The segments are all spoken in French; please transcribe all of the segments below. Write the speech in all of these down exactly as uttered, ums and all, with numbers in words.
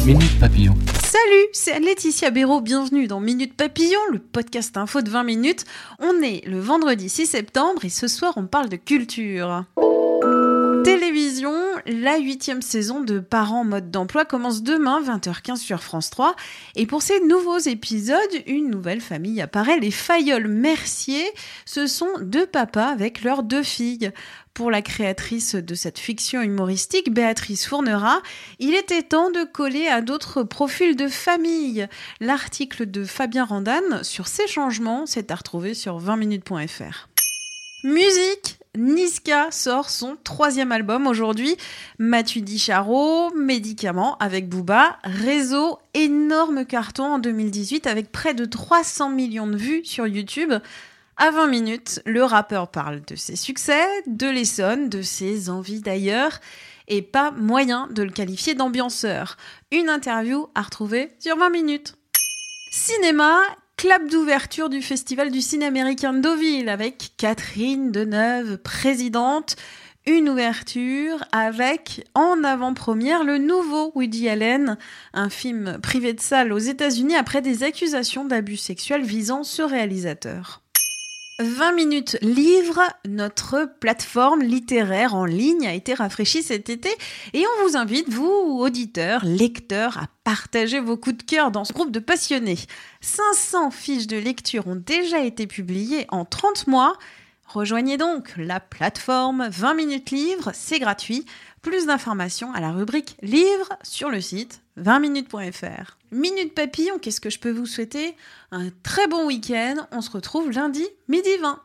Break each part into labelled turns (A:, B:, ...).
A: Minute Papillon.
B: Salut, c'est Laetitia Béraud, bienvenue dans Minute Papillon, le podcast info de vingt minutes. On est le vendredi six septembre et ce soir on parle de culture. Télévision, la huitième saison de Parents en mode d'emploi commence demain, vingt heures quinze sur France trois. Et pour ces nouveaux épisodes, une nouvelle famille apparaît, les Fayolle-Mercier. Ce sont deux papas avec leurs deux filles. Pour la créatrice de cette fiction humoristique, Béatrice Fournera, il était temps de coller à d'autres profils de famille. L'article de Fabien Randan sur ces changements, c'est à retrouver sur vingt minutes point f r. Musique, Niska sort son troisième album aujourd'hui. Matu Dicharo, Médicaments avec Booba, Réseau, énorme carton en deux mille dix-huit avec près de trois cents millions de vues sur YouTube. À vingt minutes, le rappeur parle de ses succès, de l'Essonne, de ses envies d'ailleurs, et pas moyen de le qualifier d'ambianceur. Une interview à retrouver sur vingt minutes. Cinéma, clap d'ouverture du Festival du ciné américain de Deauville avec Catherine Deneuve, présidente. Une ouverture avec, en avant-première, le nouveau Woody Allen, un film privé de salle aux États-Unis après des accusations d'abus sexuels visant ce réalisateur. vingt minutes livre, notre plateforme littéraire en ligne a été rafraîchie cet été et on vous invite, vous, auditeurs, lecteurs, à partager vos coups de cœur dans ce groupe de passionnés. cinq cents fiches de lecture ont déjà été publiées en trente mois. Rejoignez donc la plateforme vingt minutes livre, c'est gratuit. Plus d'informations à la rubrique livre sur le site vingt minutes point f r. Minute Papillon, qu'est-ce que je peux vous souhaiter ? Un très bon week-end. On se retrouve lundi midi vingt.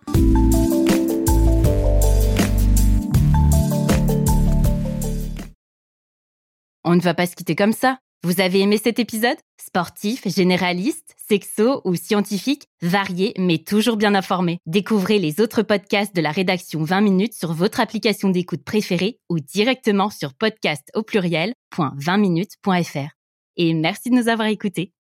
C: On ne va pas se quitter comme ça. Vous avez aimé cet épisode ? Sportif, généraliste, sexo ou scientifique, varié mais toujours bien informé. Découvrez les autres podcasts de la rédaction vingt minutes sur votre application d'écoute préférée ou directement sur podcast au pluriel point vingt minutes point f r. Et merci de nous avoir écoutés.